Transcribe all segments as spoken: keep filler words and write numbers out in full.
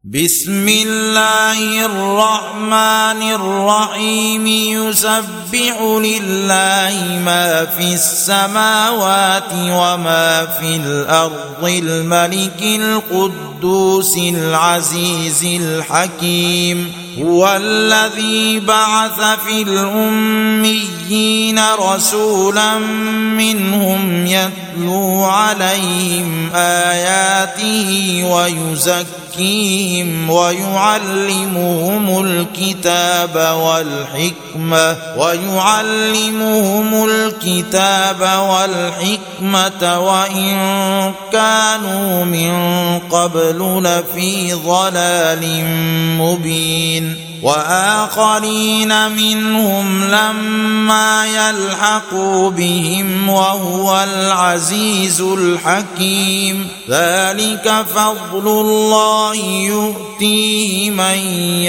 بسم الله الرحمن الرحيم يسبح لله ما في السماوات وما في الأرض الملك القدوس العزيز الحكيم هو الذي بعث في الأميين رسولا منهم يتلو عليهم آياته ويزكيهم ويعلمهم الكتاب والحكمة ويعلمهم الكتاب والحكمة وإن كانوا من قبل لفي ضلال مبين وآخرين منهم لما يلحقوا بهم وهو العزيز الحكيم ذلك فضل الله يؤتيه من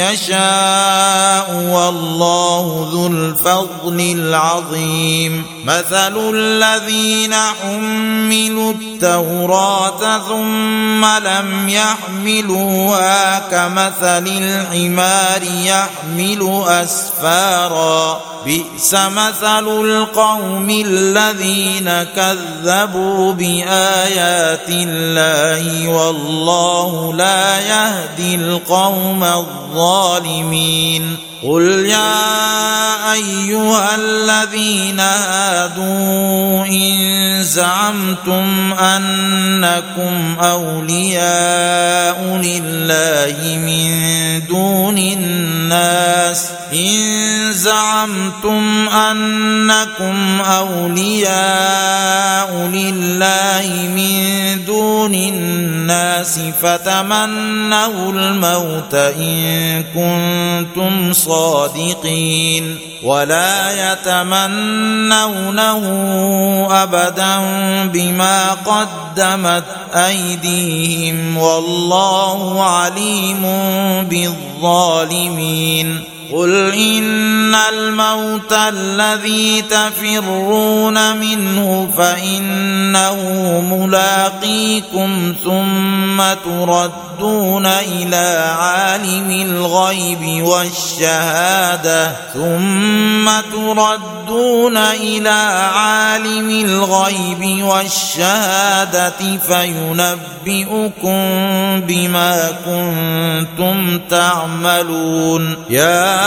يشاء والله ذو الفضل العظيم مثل الذين حملوا التوراة ثم لم يحملوها كمثل الحمار يحمل أسفارا بئس مثل القوم الذين كذبوا بآيات الله والله لا يهدي القوم الظالمين قل يا أيها الذين هادوا إن زعمتم أنكم أولياء لله من دون الناس إن زعمتم أنكم أولياء لله من دون الناس فتمنوا الموت إن كنتم صادقين ولا يتمنونه أبدا بما قدمت أيديهم والله عليم بالظالمين قل إن الموت الذي تفرون منه فإنه ملاقيكم ثم تردون إلى عالم الغيب والشهادة ثم تردون إلى عالم الغيب والشهادة فينبئكم بما كنتم تعملون يا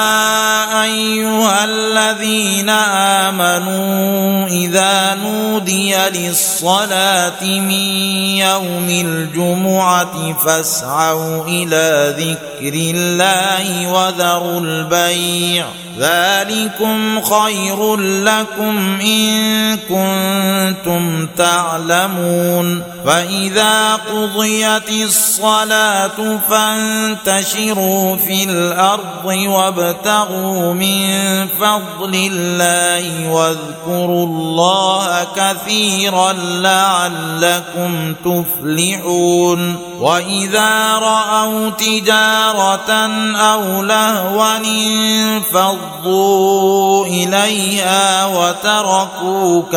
أيها الذين آمنوا إذا نودي للصلاة من يوم الجمعة فاسعوا إلى ذكر الله وذروا البيع ذلكم خير لكم إن كنتم تعلمون فإذا قضيت الصلاة فانتشروا في الأرض وابتغوا من فضل الله واذكروا الله كثيرا لعلكم تفلحون وإذا رأوا تجارة أو لهوا انفضوا إليها وتركوك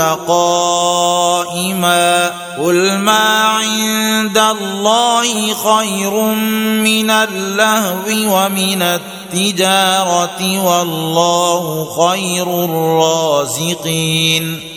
قائما قل ما عند الله خير من اللهو ومن التجارة والله خير الرازقين